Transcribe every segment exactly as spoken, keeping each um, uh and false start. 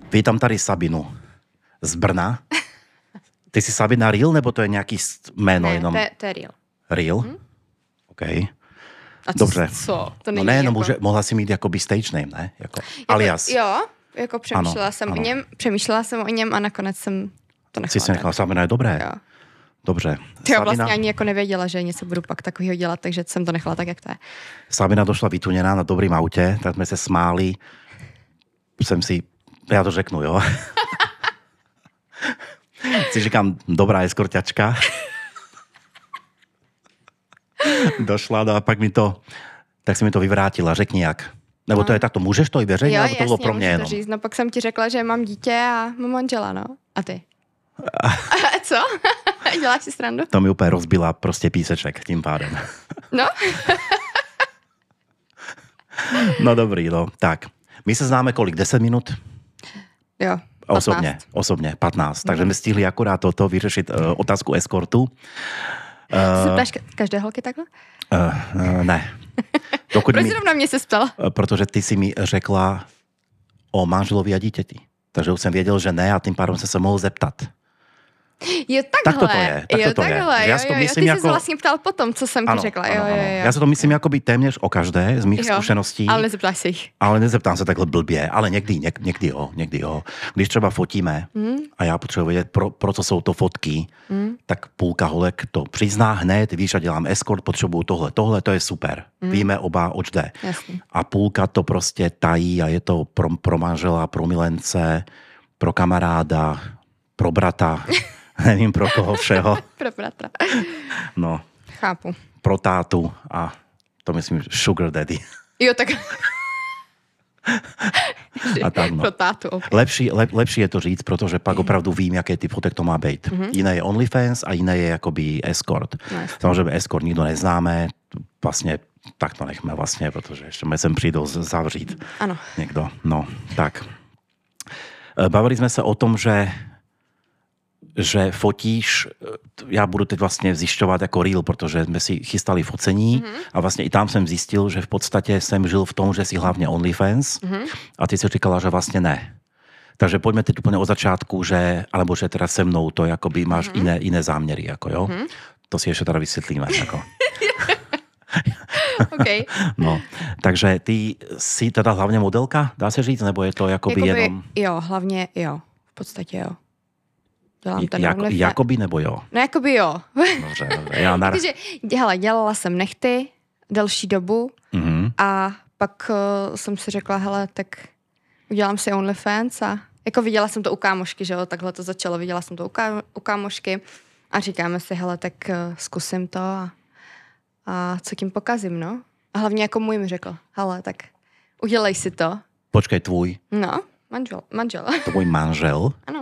Vítam tady Sabinu z Brna. Ty jsi Sabina Real, nebo to je nějaký jméno ne, jenom? Ne, to je Real. Real? Hmm? OK. A co, Dobře. co? To no není ne, jako... no může, mohla si mít jakoby stage name, ne? Jako, jako, alias. Jo, jako přemýšlela ano, jsem ano. o něm, přemýšlela jsem o něm a nakonec jsem to nechala. Jsi si nechala Sabina, je dobré. Jo. Dobře. Ty já Sabina, vlastně ani jako nevěděla, že něco budu pak takového dělat, takže jsem to nechala tak, jak to je. Sabina došla vytuněná na dobrým autě, tak jsme se smáli. Jsem si, já to řeknu, jo. si říkám, dobrá eskorťačka. Došla, no a pak mi to, tak si mi to vyvrátila, řekni jak. Nebo to je takto, můžeš to i veřejně, jo, nebo to bylo pro mě jenom? To říct. No pak jsem ti řekla, že mám dítě a mám manžela, no. A ty? A co? Děláš si srandu? To mi úplně rozbila prostě píseček tím pádem. No? No dobrý, no. Tak, my se známe kolik? deset minut? Jo. Osobně, osobně, patnáct. Takže my stihli akurát toto vyřešit uh, otázku eskortu. Uh, se ptáš každé holky takhle? Uh, uh, ne. Proč mi, zrovna mě se ptala? Uh, protože ty si mi řekla o manželovi a dítěti. Takže už jsem věděl, že ne a tím pádem jsem se mohl zeptat. Jo, takhle. Tak to je. Tak jo, to takhle. Je. Jo, Já to jo, myslím jo, ty jako... jsi se vlastně ptal potom, co jsem ano, ti řekla. Ano, jo, ano. jo, jo. Já se to myslím jakoby téměř o každé z mých jo, zkušeností. Ale nezeptáš se jich. Ale nezeptám se takhle blbě, ale někdy, něk, někdy jo, někdy jo. Když třeba fotíme mm. a já potřebuji vědět, pro, pro co jsou to fotky, mm. tak půlka holek to přizná hned, víš, a dělám escort, potřebuju tohle, tohle, to je super. Mm. Víme oba, oč jde. Jasný. A půlka to prostě tají a je to pro, pro manžela, pro milence, pro kamaráda, pro brata, nevím pro koho všeho. Pro bratra. No. Chápu. Pro tátu a to myslím sugar daddy. Jo, tak... A tak, no. Pro tátu, okay. Lepší, lep, lepší je to říct, protože pak opravdu vím, jaké ty fotek to má být. Mm-hmm. Jiné je OnlyFans a jiné je jakoby escort. No, samozřejmě escort nikdo neznáme, vlastně tak to nechme vlastně, protože ještě mě sem přijdou zavřít. Ano. Někdo. No, tak. Bavili jsme se o tom, že že fotíš, já budu teď vlastně zjišťovat jako real, protože jsme si chystali focení mm-hmm. a vlastně i tam jsem zjistil, že v podstatě jsem žil v tom, že si hlavně OnlyFans mm-hmm. a ty si říkala, že vlastně ne. Takže pojďme teď úplně od začátku, že, alebo že teda se mnou to jakoby máš mm-hmm. jiné, jiné záměry, jako jo. Mm-hmm. To si ještě teda vysvětlíme, jako. Okay. No, takže ty jsi teda hlavně modelka, dá se říct, nebo je to jakoby, jakoby jenom... Jo, hlavně jo, v podstatě jo. Dělám ten jako, jakoby nebo jo? No jakoby jo. Dobře, dobře. Já nar... Takže, hele, dělala jsem nechty delší dobu mm-hmm. a pak uh, jsem si řekla, hele, tak udělám si OnlyFans a jako viděla jsem to u kámošky, že jo, takhle to začalo, viděla jsem to u, ká, u kámošky a říkáme si, hele, tak uh, zkusím to a, a co tím pokazím, no. A hlavně jako můj mi řekl, hele, tak udělej si to. Počkej, tvůj? No, manžel. manžel. Tvůj manžel? Ano.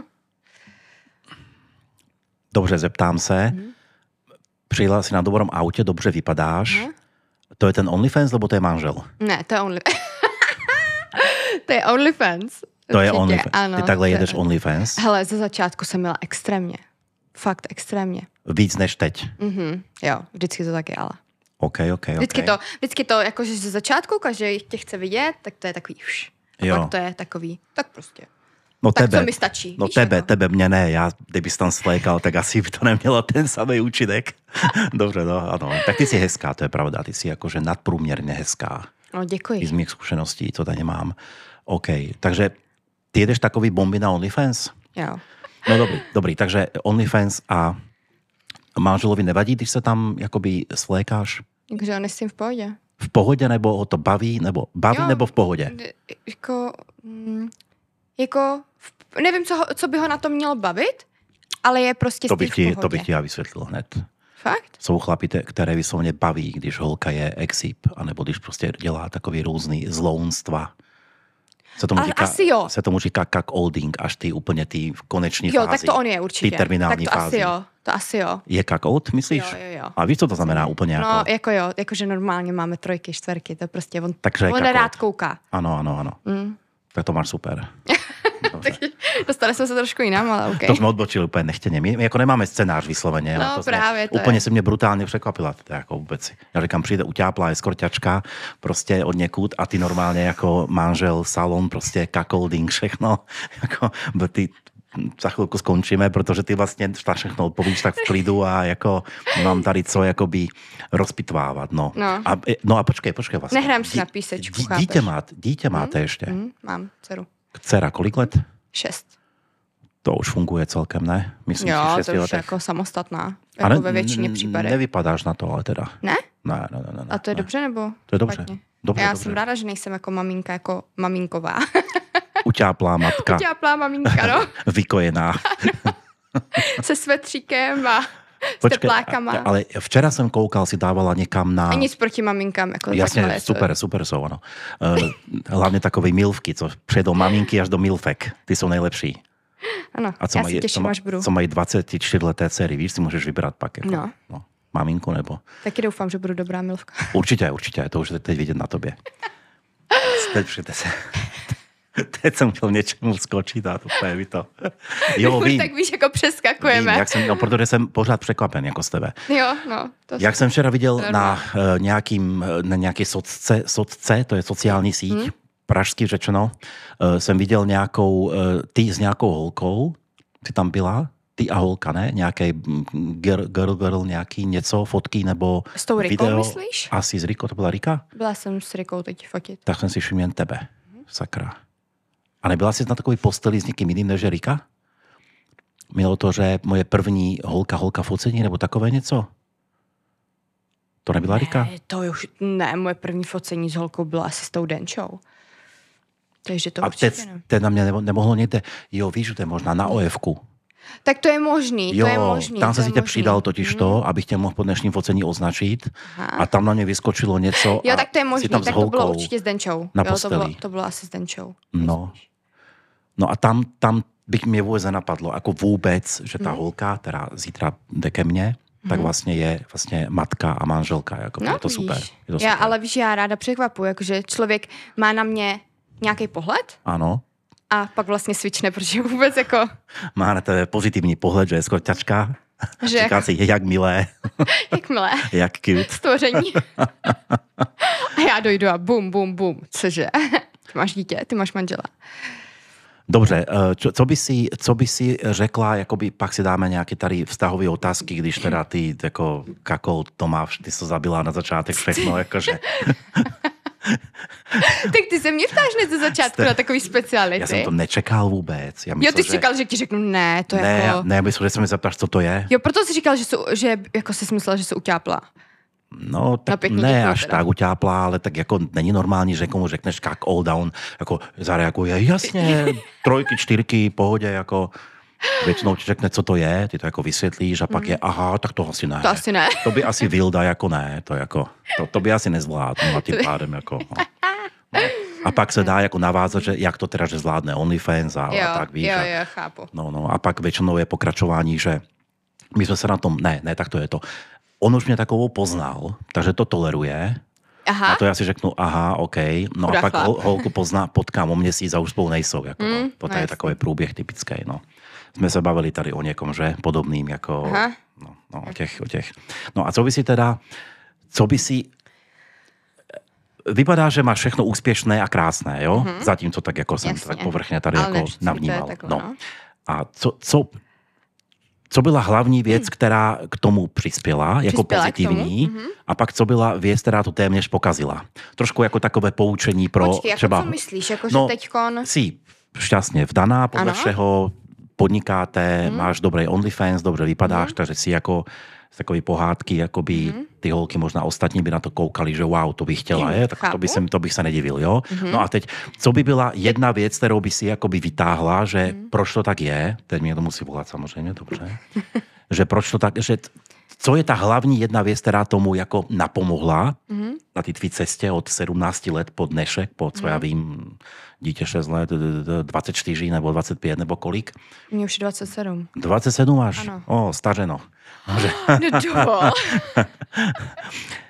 Dobře, zeptám se. Mm. Přijela si na dobrom autě, dobře vypadáš. Mm. To je ten OnlyFans, nebo to je manžel? Ne, to je OnlyFans. To je OnlyFans. To je OnlyFans. Ty takhle jedeš je... OnlyFans? Hele, ze začátku jsem měla extrémně. Fakt extrémně. Víc než teď? Mhm, jo, vždycky to taky, ale. OK, OK, vždycky OK. to, vždycky to, jakože ze začátku, každý tě chce vidět, tak to je takový už. A jo. Pak to je takový, tak prostě. No tak tebe, co mi stačí? No víš, tebe, jako? tebe, mě ne. Já, kdybys tam slékal, tak asi by to nemělo ten samý účinek. Dobře, no, ano. Tak ty jsi hezká, to je pravda. Ty jsi jakože nadprůměrně hezká. No, děkuji. I z mých zkušeností, to tady nemám. OK, takže ty jedeš takový bomby na OnlyFans? Jo. No dobrý, dobrý. Takže OnlyFans a manželovi nevadí, když se tam jakoby slékáš? Takže on je s tím v pohodě. V pohodě, nebo ho to baví, nebo baví, jo, nebo v pohodě? Jako... Mm, jako... Nevím, co, ho, co by ho na to mělo bavit, ale je prostě to bych v ti, pohodě. To bych ti já vysvětlil hned. Fakt? Jsou chlapi, které vyslovně baví, když holka je exip, anebo když prostě dělá takový různý zlounstva. Se tomu, říká, asi jo. se tomu říká cuckolding, až ty úplně ty koneční jo, fázi. Jo, tak to on je určitě. Ty terminální tak to fázi. asi jo, to asi jo. Je cuckold, myslíš? Jo, jo, jo. A víš, co to znamená úplně? No, jako, jako jo, jakože normálně máme trojky, čtverky, to prostě on, Takže on rád kouká. Ano, ano, ano. Mm. Tak to máš super. Dostali jsme se trošku jinam, ale OK. To jsme odbočili úplně nechtěně. My, my jako nemáme scénář vysloveně. No to právě to úplně je. se mě brutálně překvapila. To jako vůbec. Já říkám, přijde utáplá eskorťačka prostě od někud a ty normálně jako manžel, salon, prostě cuckolding, všechno. Jako, ty, za chvilku skončíme, protože ty vlastně všechno odpovíš tak v klidu a jako mám tady co jakoby rozpitvávat. No, no. A, no a počkej, počkej vlastně. Nehrám si na písečku, dí, dítě, má, dítě máte hmm? ještě? Hmm, mám dceru. Dcera, kolik let? Šest. To už funguje celkem, ne? Myslím, jo, si to už letech. jako samostatná. Jako ne, ve většině případech. Nevypadáš na to, ale teda. Ne? Ne, ne, ne. ne A to je ne. dobře, nebo To je dobře. dobře Já dobře. jsem ráda, že nejsem jako maminka, jako maminková. Utáplá matka. Utáplá maminka, no. Vykojená. Se svetříkem a s Počkej, teplákama. Ale včera jsem koukal, si dávala někam na... A nic proti maminkám. Jako Jasně, takhle, super, to... super jsou, ano. Uh, hlavně takové milvky, co přejdou maminky až do milfek. Ty jsou nejlepší. Ano, a co já mají, si těším, co, až budu. Co mají dvacetičtyřleté dcery, víš, si můžeš vybrat pak. Jako, no. no. Maminku nebo... Taky doufám, že budu dobrá milvka. Určitě, určitě, to už je teď vidět na tobě. Teď přijďte se. Teď jsem chtěl něčemu skočit a to je to. Jo, vím. Tak víš, jako přeskakujeme. Vím, jak jsem, no, protože jsem pořád překvapen jako z tebe. Jo, no. To jak jsem včera viděl na, uh, nějakým, na nějaké socce, socce, to je sociální síť, hmm. pražsky řečeno, uh, jsem viděl nějakou, uh, ty s nějakou holkou, ty tam byla, ty a holka, ne? Nějaký girl, girl, girl, nějaký něco, fotky nebo s tou Rikou, video. myslíš? Asi s Rikou, to byla Rika? Byla jsem s Rikou teď fotit. Tak jsem si všiml jen tebe, hmm. sakra. A nebyla jsi na takový posteli s někým jiným než Rika? Mělo to, že moje první holka, holka focení, nebo takové něco? To nebyla ne, Rika? To už, ne, moje první focení s holkou byla asi s tou Denčou. Takže to a určitě teď, ne. teď na mě nemohlo někde, jo, víš, že to je možná na O F ku. Tak to je možný, jo, to je možný. tam jsem si tě možný. přidal totiž mm. to, abych tě mohl po dnešním focení označit. Aha. A tam na mě vyskočilo něco. Jo, tak to je možný, tam tak to bylo určitě s Denčou. Na jo, posteli. To bylo, to bylo asi s Denčou. No. No a tam, tam bych mě vůbec nenapadlo, jako vůbec, že ta mm. holka, která zítra jde ke mně, mm. tak vlastně je vlastně matka a manželka. Jako, no, je to víš. super. Je to já, super. ale víš, já ráda překvapuju, jakože člověk má na mě nějaký pohled. Ano. A pak vlastně svične, protože vůbec jako... Má na tebe pozitivní pohled, že je skorťačka. Že... Říká si, jak milé. Jak milé. Jak cute. Stvoření. A já dojdu a bum, bum, bum. Cože? Ty máš dítě, ty máš manžela. Dobře, čo, co, by si, co by si řekla, jakoby pak si dáme nějaké tady vztahové otázky, když teda ty jako kakol Tomáš, ty jsi zabila na začátek všechno, jakože... Tak ty se mě ptáš hned ze začátku Jste... na takový speciality. Já jsem to nečekal vůbec. Já myslel, jo, ty jsi že... říkal, že ti řeknu ne, to ne, jako... Ne, myslím, že se mi zeptáš, co to je. Jo, proto jsi říkal, že, jsou, že jako jsi myslel, že se utápla. No, tak no, ne děkuji, až teda. Tak utápla, ale tak jako není normální, že komu řekneš kak all down, jako zareaguje, jasně, trojky, čtyřky, pohodě, jako... Většinou ti řekne, co to je, ty to jako vysvětlíš a pak mm. je, aha, tak to asi ne. To asi ne. To by asi Vilda jako ne, to jako, to, to by asi nezvládl a tím pádem jako, no. No. A pak se dá jako navázat, že jak to teda, že zvládne OnlyFans a, jo, a tak, víš. Jo, a, jo, chápu. No, no, a pak většinou je pokračování, že my jsme se na tom, ne, ne, tak to je to. On už mě takovou poznal, takže to toleruje. Aha. A to já si řeknu, aha, OK. No Chudá a pak hol, holku pozná, potkám o měsíc a už spolu nejsou. Jako, mm, no. To no, je jasný. Takový průběh typický, no. Jsme se bavili tady o někom, že podobným, jako, no, no, o těch, o těch. No a co by si teda, co by si, vypadá, že máš všechno úspěšné a krásné, jo? Mm-hmm. Zatím, co tak jako jsem Jasně. tak povrchně tady ale jako navnímal. Takhle, no. No. A co, co, co byla hlavní věc, mm. která k tomu přispěla, jako přispěla pozitivní, mm-hmm. a pak co byla věc, která to téměř pokazila. Trošku jako takové poučení pro Počkej, třeba... Počkej, co myslíš? Jako, no, že teďkon... Jsi šťastně vdaná podle ano? všeho, podnikáte, mm. máš dobrý OnlyFans, dobře vypadáš, mm. takže si jako z takové pohádky, jakoby mm. ty holky možná ostatní by na to koukali, že wow, to bych chtěla, je, tak to, by jsem, to bych se nedivil, jo. Mm. No a teď, co by byla jedna věc, kterou by si jakoby vytáhla, že mm. proč to tak je, teď mě to musí volat samozřejmě, dobře, že proč to tak, že co je ta hlavní jedna věc, která tomu jako napomohla mm. na té tvý cestě od sedmnácti let po dnešek, po co mm. já vím, dítě šest let, dvacet čtyři nebo dvacet pět nebo kolik? Mně už je dvacet sedm. dvacet sedm až? Ano. O, stařeno. No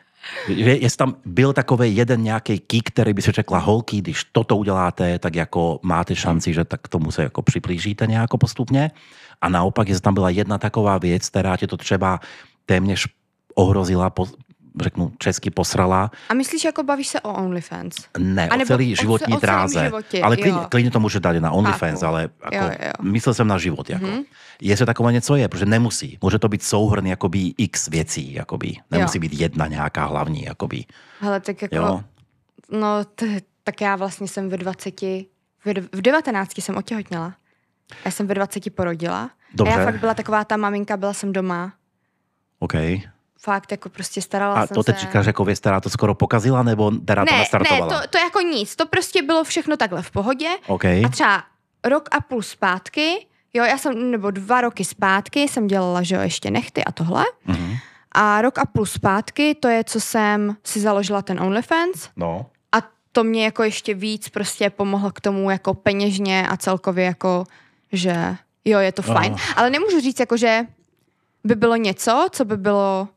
Jestli tam byl takový jeden nějaký kick, který by si řekla, holky, když toto uděláte, tak jako máte šanci, že tak k tomu se jako přiblížíte nějako postupně. A naopak, jestli tam byla jedna taková věc, která tě to třeba téměř ohrozila, po, řeknu, česky posrala. A myslíš, jako bavíš se o OnlyFans? Ne, o celý životní o, o dráze. Životě, ale klidně, klidně to může dát na OnlyFans, Chápu. ale jako, jo, jo. myslel jsem na život. Jako. Mm-hmm. Jestli takové něco je, protože nemusí. Může to být souhrn jakoby x věcí. Jakoby. Nemusí jo. být jedna nějaká hlavní. Jakoby. Hele, tak jako, jo? no, t- tak já vlastně jsem ve dvaceti, v devatenácti jsem otěhotněla. Já jsem ve dvaceti porodila. Dobře. A já fakt byla taková ta maminka, byla jsem doma. OK. Fakt jako prostě starala a jsem to teď se. říkáš, jako věc, která to skoro pokazila, nebo která ne, to nastartovala? Ne, to, to jako nic. To prostě bylo všechno takhle v pohodě. Okay. A třeba rok a půl zpátky, jo, já jsem, nebo dva roky zpátky jsem dělala, že jo, ještě nechty a tohle. Mm-hmm. A rok a půl zpátky, to je, co jsem si založila ten OnlyFans. No. A to mě jako ještě víc prostě pomohlo k tomu jako peněžně a celkově jako, že jo, je to fajn. Oh. Ale nemůžu říct jako, že by bylo něco, co by bylo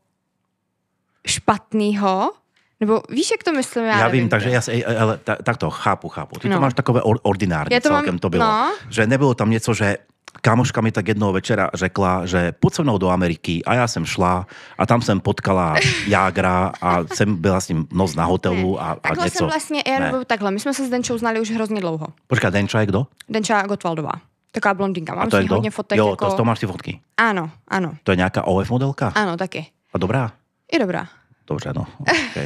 špatného, nebo víš, jak to myslím? Já, já nevím, vím, takže já si, ale tak to chápu, chápu. Ty no. to máš takové ordinární, to celkem mám, to bylo. No. Že nebylo tam něco, že kámoška mi tak jednoho večera řekla, že pojď se mnou do Ameriky a já jsem šla a tam jsem potkala Jágra a jsem byla s ním noc na hotelu a, a takhle něco. jsem vlastně, já nebo takhle, my jsme se s Denčou znali už hrozně dlouho. Počkej, Denča je kdo? Denča Gottwaldová. Taková blondýnka. Mám a to je kdo? hodně fotek. Jo, jako... to, to máš ty fotky. Ano, ano. To je nějaká O F modelka? Ano, taky. A dobrá? Je dobrá. Dobře, no. Okay.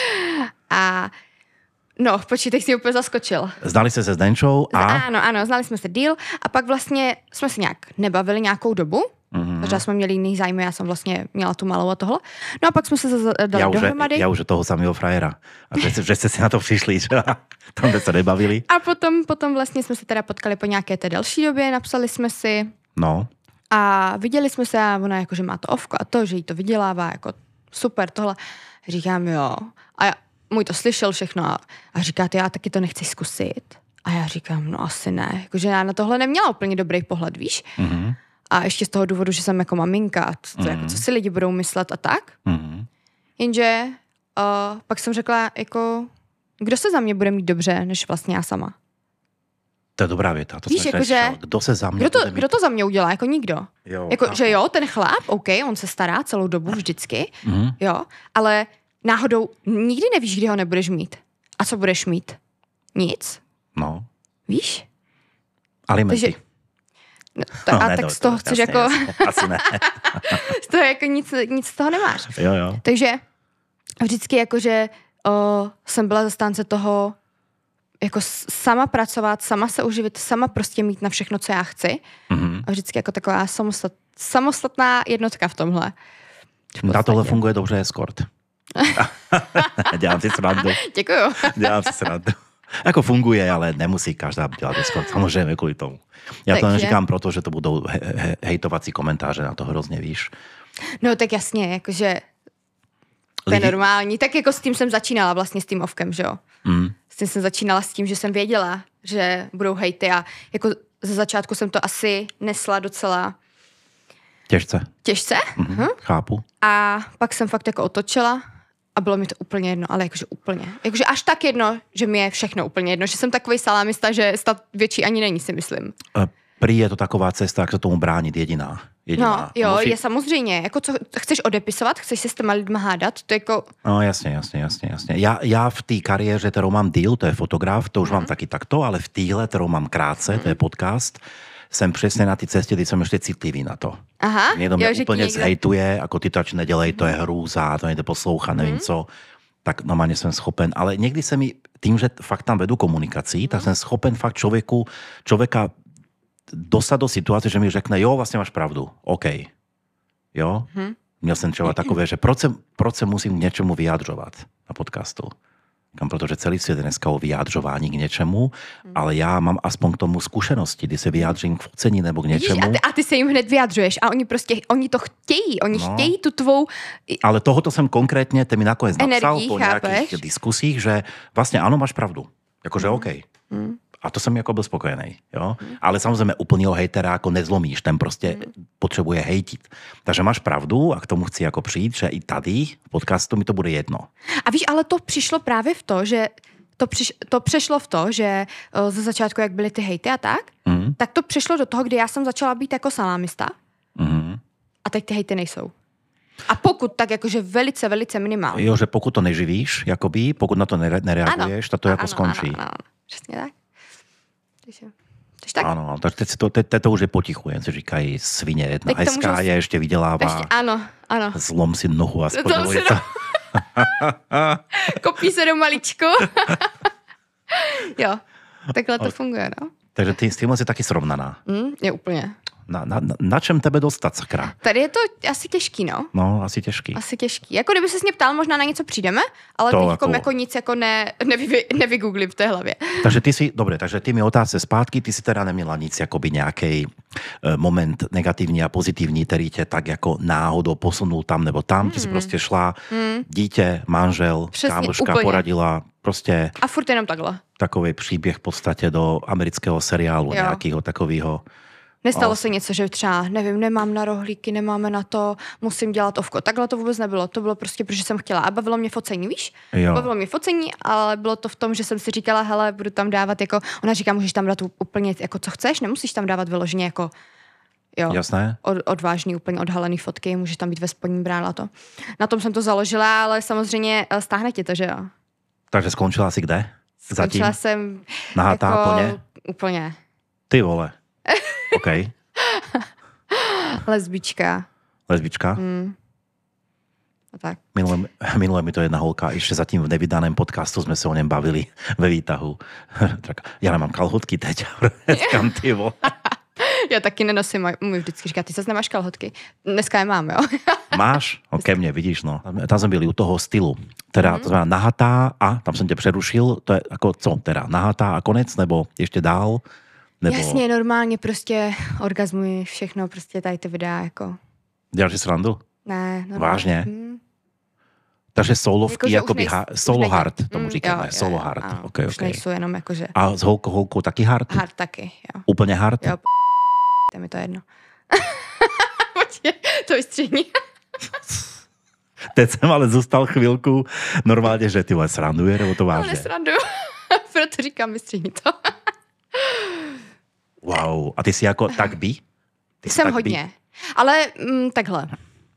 a no, počkej, teď jsi úplně zaskočil. Znali jste se s Denčou a... Ano, ano, znali jsme se díl a pak vlastně jsme se nějak nebavili nějakou dobu, mm-hmm. protože jsme měli jiný zájmy, já jsem vlastně měla tu malou a tohle. No a pak jsme se dali já dohromady. Už, já už toho samého frajera. A že, že jste si na to přišli, že tam jsme se nebavili. A potom, potom vlastně jsme se teda potkali po nějaké té další době, napsali jsme si. No. A viděli jsme se a ona jako, že má to ovko a to, že jí to vydělává, jako super tohle. Říkám, jo. A já, můj to slyšel všechno a, a říká, ty já taky to nechci zkusit. A já říkám, no asi ne. Jakože já na tohle neměla úplně dobrý pohled, víš? Mm-hmm. A ještě z toho důvodu, že jsem jako maminka, co, mm-hmm. jako, co si lidi budou myslet a tak. Mm-hmm. Jenže uh, pak jsem řekla, jako, kdo se za mě bude mít dobře, než vlastně já sama. To je dobrá věta. To víš, jako, že, kdo se za mě kdo to, bude mít... kdo to za mě udělá? Jako nikdo. Jo, jako, že jo, ten chlap, OK, on se stará celou dobu vždycky, mm-hmm. jo, ale náhodou nikdy nevíš, kdy ho nebudeš mít. A co budeš mít? Nic. No. Víš? Alimenty. Takže, no, to, no, a ne, tak to, z toho to, chceš jasně, jako... Jasně, asi ne. z toho jako nic, nic z toho nemáš. Jo, jo. Takže vždycky jakože o, jsem byla zastánce toho jako sama pracovat, sama se uživit, sama prostě mít na všechno, co já chci. Mm-hmm. A vždycky jako taková samostat, samostatná jednotka v tomhle. V na tohle funguje dobře escort. Dělám si srandu. Děkuju. Dělám si srandu. Jako funguje, ale nemusí každá dělat escort. Samozřejmě kvůli tomu. Já Takže... to neříkám proto, že to budou he- he- hejtovací komentáře, na to hrozně víš. No tak jasně, jakože to je normální. Tak jako s tím jsem začínala vlastně s tím ovkem, že jo. Mm. S tím jsem začínala s tím, že jsem věděla, že budou hejty a jako ze začátku jsem to asi nesla docela těžce. Těžce? Mm-hmm. Hm? Chápu. A pak jsem fakt jako otočila a bylo mi to úplně jedno, ale jakože úplně. Jakože až tak jedno, že mi je všechno úplně jedno, že jsem takovej salámista, že snad větší ani není, si myslím. Prý je to taková cesta, jak se tomu bránit jediná. jediná. No, jo, Musí... je samozřejmě. Jako co chceš odepisovat, chceš se s těma lidma hádat, to jako... No jasně, jasně, jasně, jasně. Já, já v té kariéře, kterou mám deal, to je fotograf, to už mm. mám taky takto, ale v téhle, kterou mám krátce, mm. to je podcast, jsem přesně na té cestě, kdy jsem ještě citlivý na to. Aha, Někdo mě jo, úplně někdo... zhejtuje, jako ty to nedělej, to je hrůza, to nejde poslouchat, nevím mm. co. Tak normálně jsem schopen, ale někdy se mi, tím, že fakt tam vedu komunikací, mm. tak jsem schopen fakt člověku, člověka dostat do situace, že mi řekne, jo, vlastně máš pravdu, OK. Jo? Hmm. Měl jsem třeba takové, že proč se, proč se musím k něčemu vyjadřovat na podcastu. Kam, protože celý svět je dneska o vyjadřování k něčemu, hmm. ale já mám aspoň k tomu zkušenosti, kdy se vyjádřím k focení nebo k něčemu. Vidíš, a, ty, a ty se jim hned vyjadřuješ a oni prostě, oni to chtějí, oni no. chtějí tu tvou... Ale tohoto jsem konkrétně, ty mi nakonec napsal energii, po chápeš? nějakých diskusích, že vlastně ano, máš pravdu. Jakože hmm. OK. Hmm. a to jsem jako byl spokojený, jo. Hmm. Ale samozřejmě úplného hejtera jako nezlomíš, ten prostě hmm. potřebuje hejtit. Takže máš pravdu a k tomu chci jako přijít, že i tady v podcastu mi to bude jedno. A víš, ale to přišlo právě v to, že to, přiš, to přešlo v to, že uh, ze začátku, jak byly ty hejty a tak, hmm. tak to přišlo do toho, kdy já jsem začala být jako salámista hmm. a teď ty hejty nejsou. A pokud, tak jakože velice, velice minimálně. Jo, že pokud to neživíš, jakoby, pokud na to nereaguješ, tak to jako ano, skončí. Ano, ano, přesně tak. Takže, takže tak. Ano, tak teď to, teď, teď to už je potichu, jen se říkají svině, jedna teď hezká můžu... je, ještě vydělává. Ještě, ano, ano. Zlom si nohu a spodoluje to. Kopí se do maličku. Jo, takhle to funguje, no. Takže ty s tímhle jsi taky srovnaná. Mm, je úplně. Na, na, na čem tebe dostat, sakra? Tady je to asi těžký, no. No, asi těžký. Asi těžký. Jako kdyby ses mě ptal, možná na něco přijdeme, ale teď jako... jako nic jako ne, nevy, nevygooglím v té hlavě. Takže ty si, dobre, takže ty mi otázce zpátky, ty si teda neměla nic, jakoby nějaký uh, moment negativní a pozitivní, který tě tak jako náhodou posunul tam nebo tam, hmm. ty si prostě šla, hmm. dítě, manžel, přesně, kámoška úplně. Poradila, prostě... A furt jenom takhle. Takový příběh v podstatě do amerického seriálu, jo. Nějakého takového. Nestalo se něco, že třeba, nevím, nemám na rohlíky, nemáme na to, musím dělat ovko. Takhle to vůbec nebylo. To bylo prostě, protože jsem chtěla. A bavilo mě focení, víš? Jo. Bavilo mě focení, ale bylo to v tom, že jsem si říkala, hele, budu tam dávat jako, ona říká, můžeš tam dát úplně jako co chceš, nemusíš tam dávat vyloženě jako jo, jasné. Od, odvážný, úplně odhalený fotky, můžeš tam být ve spodním brála to. Na tom jsem to založila, ale samozřejmě stáhne ti to, že jo. Takže skončila jsi kde? Skončila zatím? jsem nahatá jako, plně? Úplně. Ty vole. OK. Lesbička. Lesbička? Mm. A tak. Minule, minule mi to jedna holka, ještě zatím v nevydaném podcastu jsme se o něm bavili ve výtahu. Já nemám kalhotky teď. Říkám, ty vole. Já taky nenosím, můj vždycky říká, ty zase nemáš kalhotky. Dneska je mám, jo. Máš? No, ke mně, vidíš, no. Tam jsme byli u toho stylu. Teda, mm. to znamená nahatá a, tam jsem tě přerušil, to je jako co, teda nahatá a konec, nebo ještě dál? Nebo... Jasně, normálně prostě orgazmuji všechno, prostě tady ty videa, jako. Děláš si srandu? Ne. Normálně. Vážně? Mm. Takže soulovky, jako by ha- solo hard, tomu mm, říkáme, jo, solo jo, hard. Ano, okay, už okay. nejsou jenom jakože... A s holkou, holkou taky hard? Hard taky, jo. Úplně hard? Jo, p***, mi to jedno. Počkej, to vystřihni. Teď jsem ale zůstal chvilku normálně, že ty vole sranduje, nebo to vážně? No, nesranduju, proto říkám, vystřihni to. Wow, a ty jsi jako tak by? Ty jsem tak hodně, by? ale mm, takhle.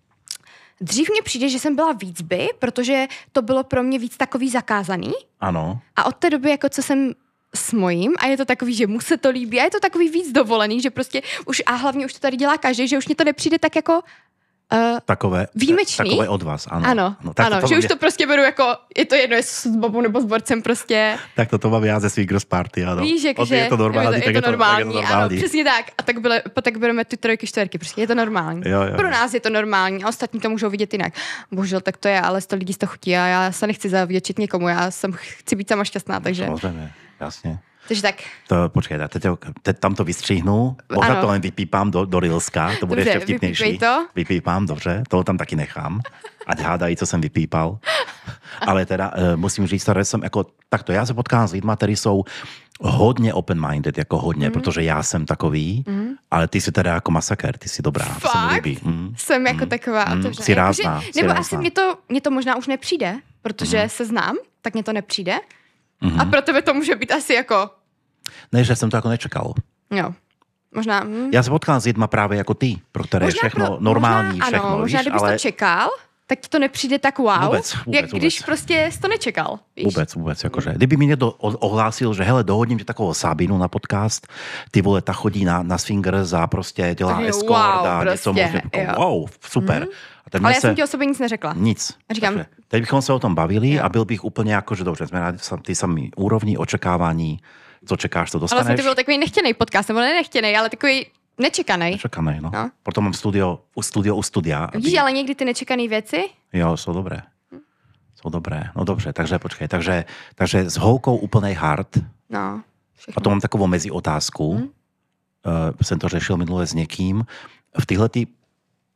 Dřív mně přijde, že jsem byla víc by, protože to bylo pro mě víc takový zakázaný. Ano. A od té doby, jako co jsem s mojím, a je to takový, že mu se to líbí, a je to takový víc dovolený, že prostě už, a hlavně už to tady dělá každý, že už mě to nepřijde tak jako uh, takové, výjimečný. Takové od vás, ano. Ano, ano, tak ano to, to že mě... už to prostě beru jako, je to jedno, jestli s babou nebo s borcem prostě. Tak to to mám já ze Swingers Party, ano. Víš, jak, že je to normální, je to, tak je to normální, je to normální. Ano, přesně tak. A tak, byle, tak bereme ty trojky, čtverky, prostě je to normální. Jo, jo, Pro jo. nás je to normální a ostatní to můžou vidět jinak. Bohužel tak to je, ale sto lidí z toho chutí a já se nechci zavděčit někomu, já jsem, chci být sama šťastná, takže. Samozřejmě, jasně. Takže tak. To, počkej, teď, teď tam to vystřihnu, možná to len vypípám do, do Reelska, to bude dobře, ještě vtipnější. Vypípej to. Vypípám, dobře, toho tam taky nechám. Ať hádají, co jsem vypípal. Ale teda uh, musím říct, že jsem jako, takto, já se potkám s lidma, kteří jsou hodně open-minded, jako hodně, mm. protože já jsem takový, mm. ale ty jsi teda jako masakér, ty jsi dobrá, to se mi líbí. Mm. Jsem jako mm. taková mm. otevřená. Jsi rázná. Jako, nebo rázná. asi mě to, mě to možná už nepřijde, protože mm. se znám, tak mě to nepřijde. Mm. A pro tebe to může být asi jako... Ne, že jsem to jako nečekal. Jo. Možná... Hm. Já se potkám s lidma právě jako ty, pro které je všechno pro, normální, možná, všechno, ano, možná, víš, kdybys ale... to čekal, tak ti to nepřijde tak wow, vůbec, vůbec, jak když vůbec. prostě jsi to nečekal. Víš? Vůbec, vůbec, jakože. Kdyby mi někdo ohlásil, že hele, dohodním ti takovou Sabinu na podcast, ty vole, ta chodí na, na Swingers a prostě dělá Takže escort wow, a prostě, něco možná, jako, wow, super. Mm-hmm. A ten ale já se... jsem ti o sobě nic neřekla. Nic. A říkám... Takže, teď bychom se o tom bavili jo. a byl bych úplně jako, že dobře, jsme na ty samý úrovni očekávání, co čekáš, to dostaneš. Ale to byl takový nechtěnej podcast, nebo ne nechtěnej, ale takový nečekanej. Nečekanej, no. no. Proto mám studio, studio u studia. Vidíš, aby... ale někdy ty nečekané věci? Jo, jsou dobré. Jsou dobré. No dobře, takže počkej. Takže, takže s holkou úplnej hard. No. Všechno. A to mám takovou mezi otázku. Hmm. Uh, jsem to řešil minule s někým. V tyhle ty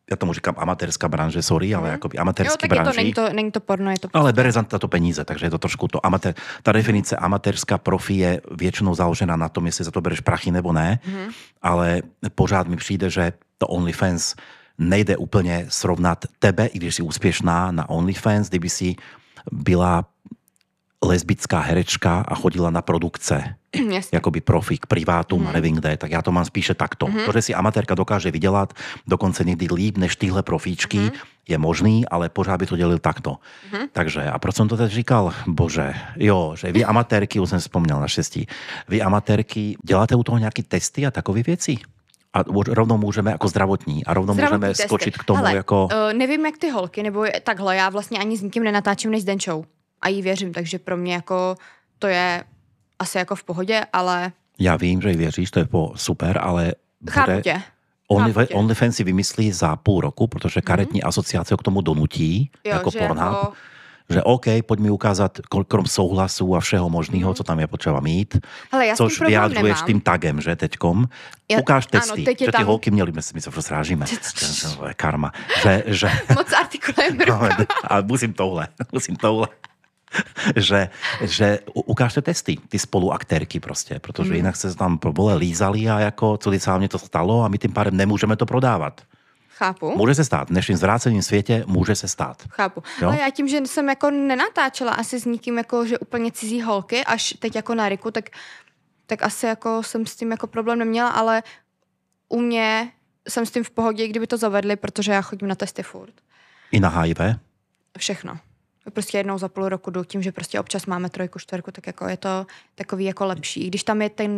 já tomu říkám amatérská branže, sorry, mm. ale jakoby amatérský branži. Jo, tak je to, není to, není to porno, je to prostě... Ale bere za to peníze, takže je to trošku to amatér. Ta definice amatérská profi je většinou založená na tom, jestli za to bereš prachy nebo ne, mm. ale pořád mi přijde, že to OnlyFans nejde úplně srovnat tebe, i když jsi úspěšná na OnlyFans, kdyby si byla lesbická herečka a chodila na produkce, jakoby profík, privátum mm. a nevím kde, tak já to mám spíše takto. Mm. To, že si amatérka dokáže vydělat dokonce někdy líp než tyhle profíčky, mm. je možný, ale pořád by to dělil takto. Mm. Takže, a proč jsem to teď říkal? Bože, jo, že vy amatérky, už jsem vzpomněl naštěstí, vy amatérky děláte u toho nějaké testy a takové věci? A rovnou můžeme jako zdravotní a rovnou zdravotní můžeme testy. Skočit k tomu Hele, jako... Uh, nevím jak ty holky, nebo takhle, já vlastně ani s nikým nenatáčím než s Denčou. A jí věřím, takže pro mě jako to je asi jako v pohodě, ale... Já vím, že jí věříš, to je po super, ale... Chápu tě. Only, OnlyFans si vymyslí za půl roku, protože karetní mm-hmm. asociace ho k tomu donutí, jo, jako Pornhub. Jako... Že OK, pojď mi ukázat krom souhlasu a všeho možného, mm. co tam je potřeba mít. Hele, já což vyjádřuješ tím tagem, že teďkom. Já, Ukáž testy, ano, že ty tam... holky měly, my se prostě srážíme. To je karma. Že, že... Moc artikulujeme rukama. Ale musím touhle, musím touhle. že, že ukážte testy, ty spoluaktérky prostě, protože mm. jinak se tam vole lízali a jako co se mě to stalo a my tím pádem nemůžeme to prodávat. Chápu. Může se stát. V dnešním zvráceném světě může se stát. Chápu. Jo? Ale já tím, že jsem jako nenatáčela asi s nikým jako, že úplně cizí holky, až teď jako na Riku, tak, tak asi jako jsem s tím jako problém neměla, ale u mě jsem s tím v pohodě, kdyby to zavedli, protože já chodím na testy furt. I na H I V? Všechno. Prostě jednou za půl roku jdu tím, že prostě občas máme trojku, čtvrku, tak jako je to takový jako lepší. I když tam je ten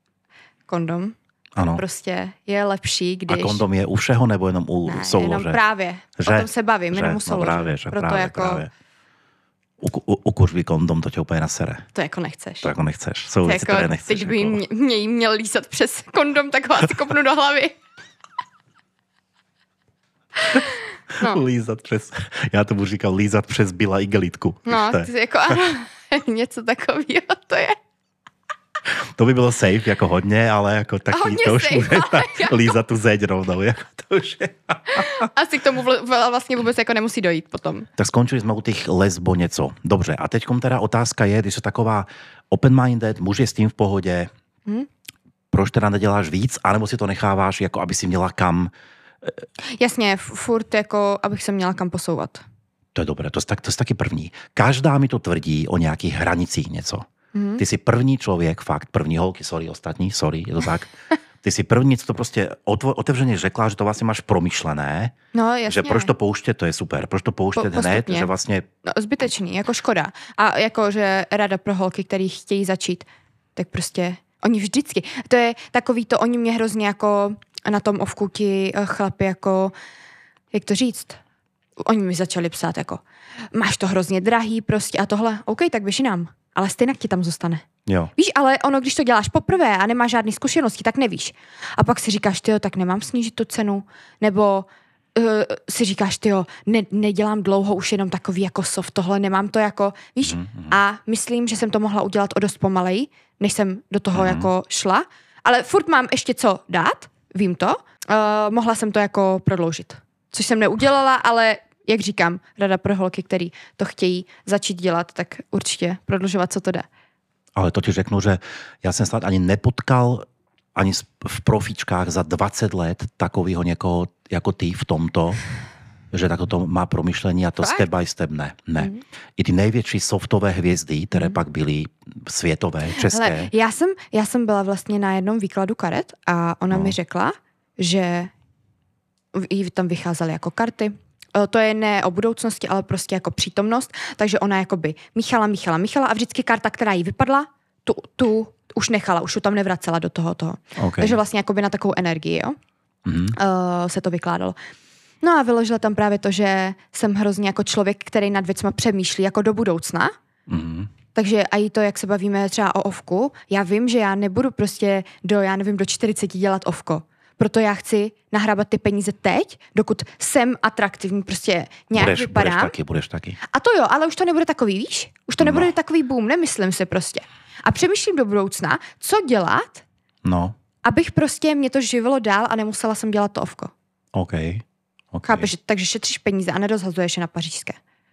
kondom, ano. Prostě je lepší, když... A kondom je u všeho nebo jenom u ne, soulože? Jenom právě. Že? O tom se bavím, že? Jenom u soulože. No právě, že Proto právě, jako... právě. U, u, ukuřví kondom, to tě úplně nasere. To jako nechceš. To jako nechceš. Jsou věci, jako, které nechceš. Teď by jako... mě, mě jí měl lísat přes kondom, tak ho asi kopnu do hlavy. No. Lízat přes... Já tomu říkal lízat přes byla igelitku. No, ty jako ano, něco takového to je. To by bylo safe, jako hodně, ale jako taky hodně to už safe, může jako... lízat tu zeď rovnou, jako to už je. Asi k tomu vlastně vůbec jako nemusí dojít potom. Tak skončili jsme u těch lesbo něco. Dobře, a teďkom teda otázka je, když jsi taková open-minded, muž je s tím v pohodě, hmm? proč teda neděláš víc, anebo si to necháváš, jako aby si měla kam... Jasně, furt jako, abych se měla kam posouvat. To je dobré, to je, tak, to je taky první. Každá mi to tvrdí o nějakých hranicích něco. Mm. Ty jsi první člověk, fakt, první holky, sorry, ostatní, sorry, je to tak. Ty jsi první, co to prostě otevřeně řekla, že to vlastně máš promyšlené. No, jasně. Že proč to pouštět, to je super. Proč to pouštět po, hned, že vlastně... No, zbytečný, jako škoda. A jako, že rada pro holky, který chtějí začít, tak prostě oni vždycky. To je takový to, oni mě hrozně jako na tom ovku ti chlapi jako, jak to říct, oni mi začali psát jako, máš to hrozně drahý prostě a tohle, OK, tak běž nám. Ale stejně ti tam zůstane. Jo. Víš, ale ono, když to děláš poprvé a nemáš žádný zkušenosti, tak nevíš. A pak si říkáš, tyjo, tak nemám snížit tu cenu, nebo uh, si říkáš, tyjo, ne, nedělám dlouho už jenom takový jako soft, tohle nemám to jako, víš. Mm-hmm. A myslím, že jsem to mohla udělat o dost pomalej, než jsem do toho mm-hmm. jako šla. Ale furt mám ještě co dát, vím to. Uh, mohla jsem to jako prodloužit. Což jsem neudělala, ale jak říkám, rada pro holky, který to chtějí začít dělat, tak určitě prodlužovat, co to jde. Ale to ti řeknu, že já jsem snad ani nepotkal ani v profičkách za dvacet let takového někoho jako ty v tomto, že takto to má promyšlení a to tak? Step by step ne. ne. Mm. I ty největší softové hvězdy, které mm. pak byly světové, české. Hele, já, jsem, já jsem byla vlastně na jednom výkladu karet a ona no. mi řekla, že jí tam vycházely jako karty. To je ne o budoucnosti, ale prostě jako přítomnost. Takže ona jakoby míchala, míchala, míchala a vždycky karta, která jí vypadla, tu, tu už nechala, už ju tam nevracela do toho. toho. Okay. Takže vlastně jakoby na takovou energii, jo, mm-hmm. uh, se to vykládalo. No a vyložila tam právě to, že jsem hrozně jako člověk, který nad věcma přemýšlí jako do budoucna. Mm-hmm. Takže a i to, jak se bavíme třeba o ovku, já vím, že já nebudu prostě do, já nevím, do čtyřiceti dělat ovko. Proto já chci nahrábat ty peníze teď, dokud jsem atraktivní, prostě nějak budeš, vypadám. Budeš taky, budeš taky. A to jo, ale už to nebude takový, víš? Už to nebude no. takový boom, nemyslím si prostě. A přemýšlím do budoucna, co dělat, no. abych prostě mě to živilo dál a nemusela jsem dělat to ovko. OK. okay. Chápeš, takže šetříš peníze a nerozhazuješ je na pařížské.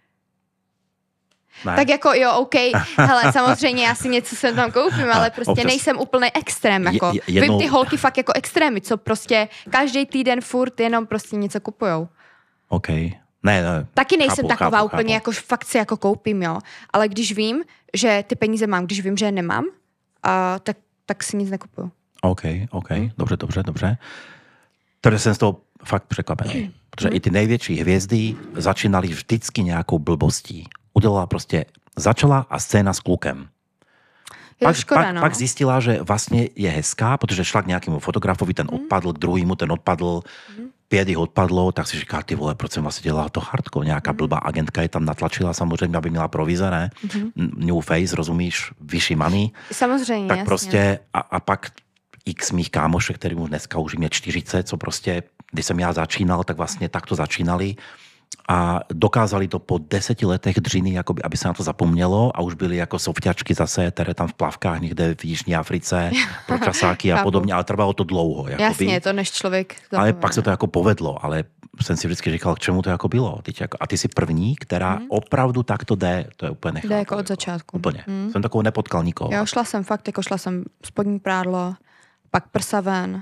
Ne. Tak jako jo, OK, hele, samozřejmě já si něco sem tam koupím, ale prostě občas nejsem úplný extrém, jako. Je, jednou... Vím ty holky fakt jako extrémy, co prostě každý týden furt jenom prostě něco kupujou. OK. Ne, ne. Taky nejsem chápu, taková chápu, úplně, chápu. jako fakt si jako koupím, jo. Ale když vím, že ty peníze mám, když vím, že je nemám, a, tak, tak si nic nekupuju. OK, OK, dobře, dobře, dobře. Takže jsem z toho fakt překvapený. Protože i ty největší hvězdy začínaly vždycky nějakou blbostí. Udělala prostě, začala a scéna s klukem. Je pak, škoda, pak, no. pak zjistila, že vlastně je hezká, protože šla k nějakému fotografovi, ten mm. odpadl, k druhému ten odpadl, mm. pět jich odpadlo, tak si říká, ty vole, proč jsem vlastně dělala to hardcore, nějaká mm. blbá agentka je tam natlačila, samozřejmě, aby měla provize, ne? Mm. New face, rozumíš, vyšší money. Samozřejmě, tak jasně. prostě a, a pak x mých kámošek, který už dneska už mě čtyřicet, co prostě, když jsem já začínal, tak vlastně takto začínali a dokázali to po deseti letech dřiny, jakoby, aby se na to zapomnělo a už byli jako sofťačky zase, které tam v plavkách někde v Jižní Africe, pro časáky a podobně, ale trvalo to dlouho. Jakoby. Jasně, to než člověk zapomene. Ale pak se to jako povedlo, ale jsem si vždycky říkal, k čemu to jako bylo. Teď jako, a ty jsi první, která hmm. opravdu takto jde, to je úplně nechápu. Jde jako od začátku. Úplně. Hmm. Jsem takovou nepotkal nikoho. Jo, šla jsem fakt, jako šla jsem spodní prádlo, pak prsa ven.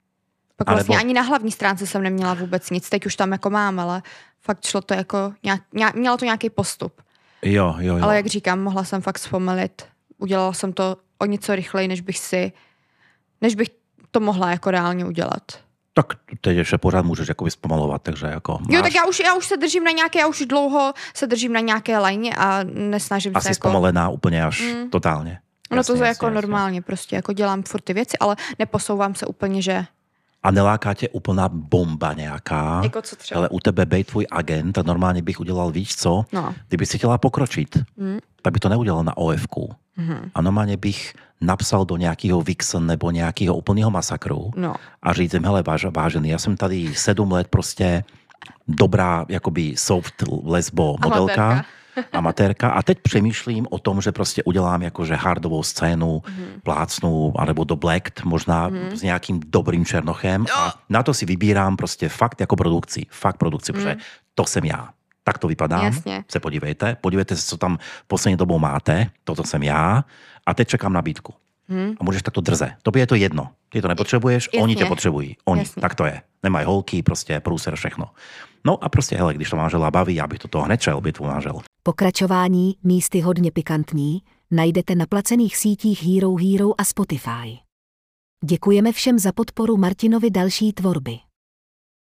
Pak Ale vlastně bo... ani na hlavní stránce jsem neměla vůbec nic, teď už tam jako mám, ale fakt šlo to jako, nějak, nějak, mělo to nějaký postup. Jo, jo, jo. Ale jak říkám, mohla jsem fakt zpomalit. Udělala jsem to o něco rychleji, než bych si, než bych to mohla jako reálně udělat. Tak teď ještě pořád můžeš jako zpomalovat, takže jako máš... Jo, tak já už, já už se držím na nějaké, já už dlouho se držím na nějaké lajně a nesnažím Asi se jako... Asi zpomalená úplně až mm. totálně. No jasně, to je jako jasně, normálně, jasně. Prostě jako dělám furt ty věci, ale neposouvám se úplně, že... A neláká tě úplná bomba nějaká? Jako co třeba? Ale u tebe bej tvůj agent a normálně bych udělal, víš co? No. Kdyby si chtěla pokročit, mm. tak by to neudělal na ó efku. Mm. A normálně bych napsal do nějakého Vixen nebo nějakého úplného masakru no. a říct jim, hele, váž, vážený, já jsem tady sedm let prostě dobrá, jakoby soft lesbo modelka. Amatérka. amatérka a teď přemýšlím o tom, že prostě udělám jakože hardovou scénu, mm. plácnu, anebo do Black, možná mm. s nějakým dobrým černochem no. a na to si vybírám prostě fakt jako produkci, fakt produkci, mm. protože to jsem já. Tak to vypadám, Jasně. se podívejte, podívejte se, co tam poslední dobou máte, toto jsem já a teď čekám nabídku. Hmm. A můžeš takto drze. Tobě je to jedno. Ty to nepotřebuješ, Jasně. oni tě potřebují. Oni, Jasně. tak to je. Nemají holky, prostě průser, všechno. No a prostě, hele, když to manžela baví, já bych to toho hned šel, by tvůj manžel. Pokračování, místy hodně pikantní, najdete na placených sítích Hero Hero a Spotify. Děkujeme všem za podporu Martinovi další tvorby.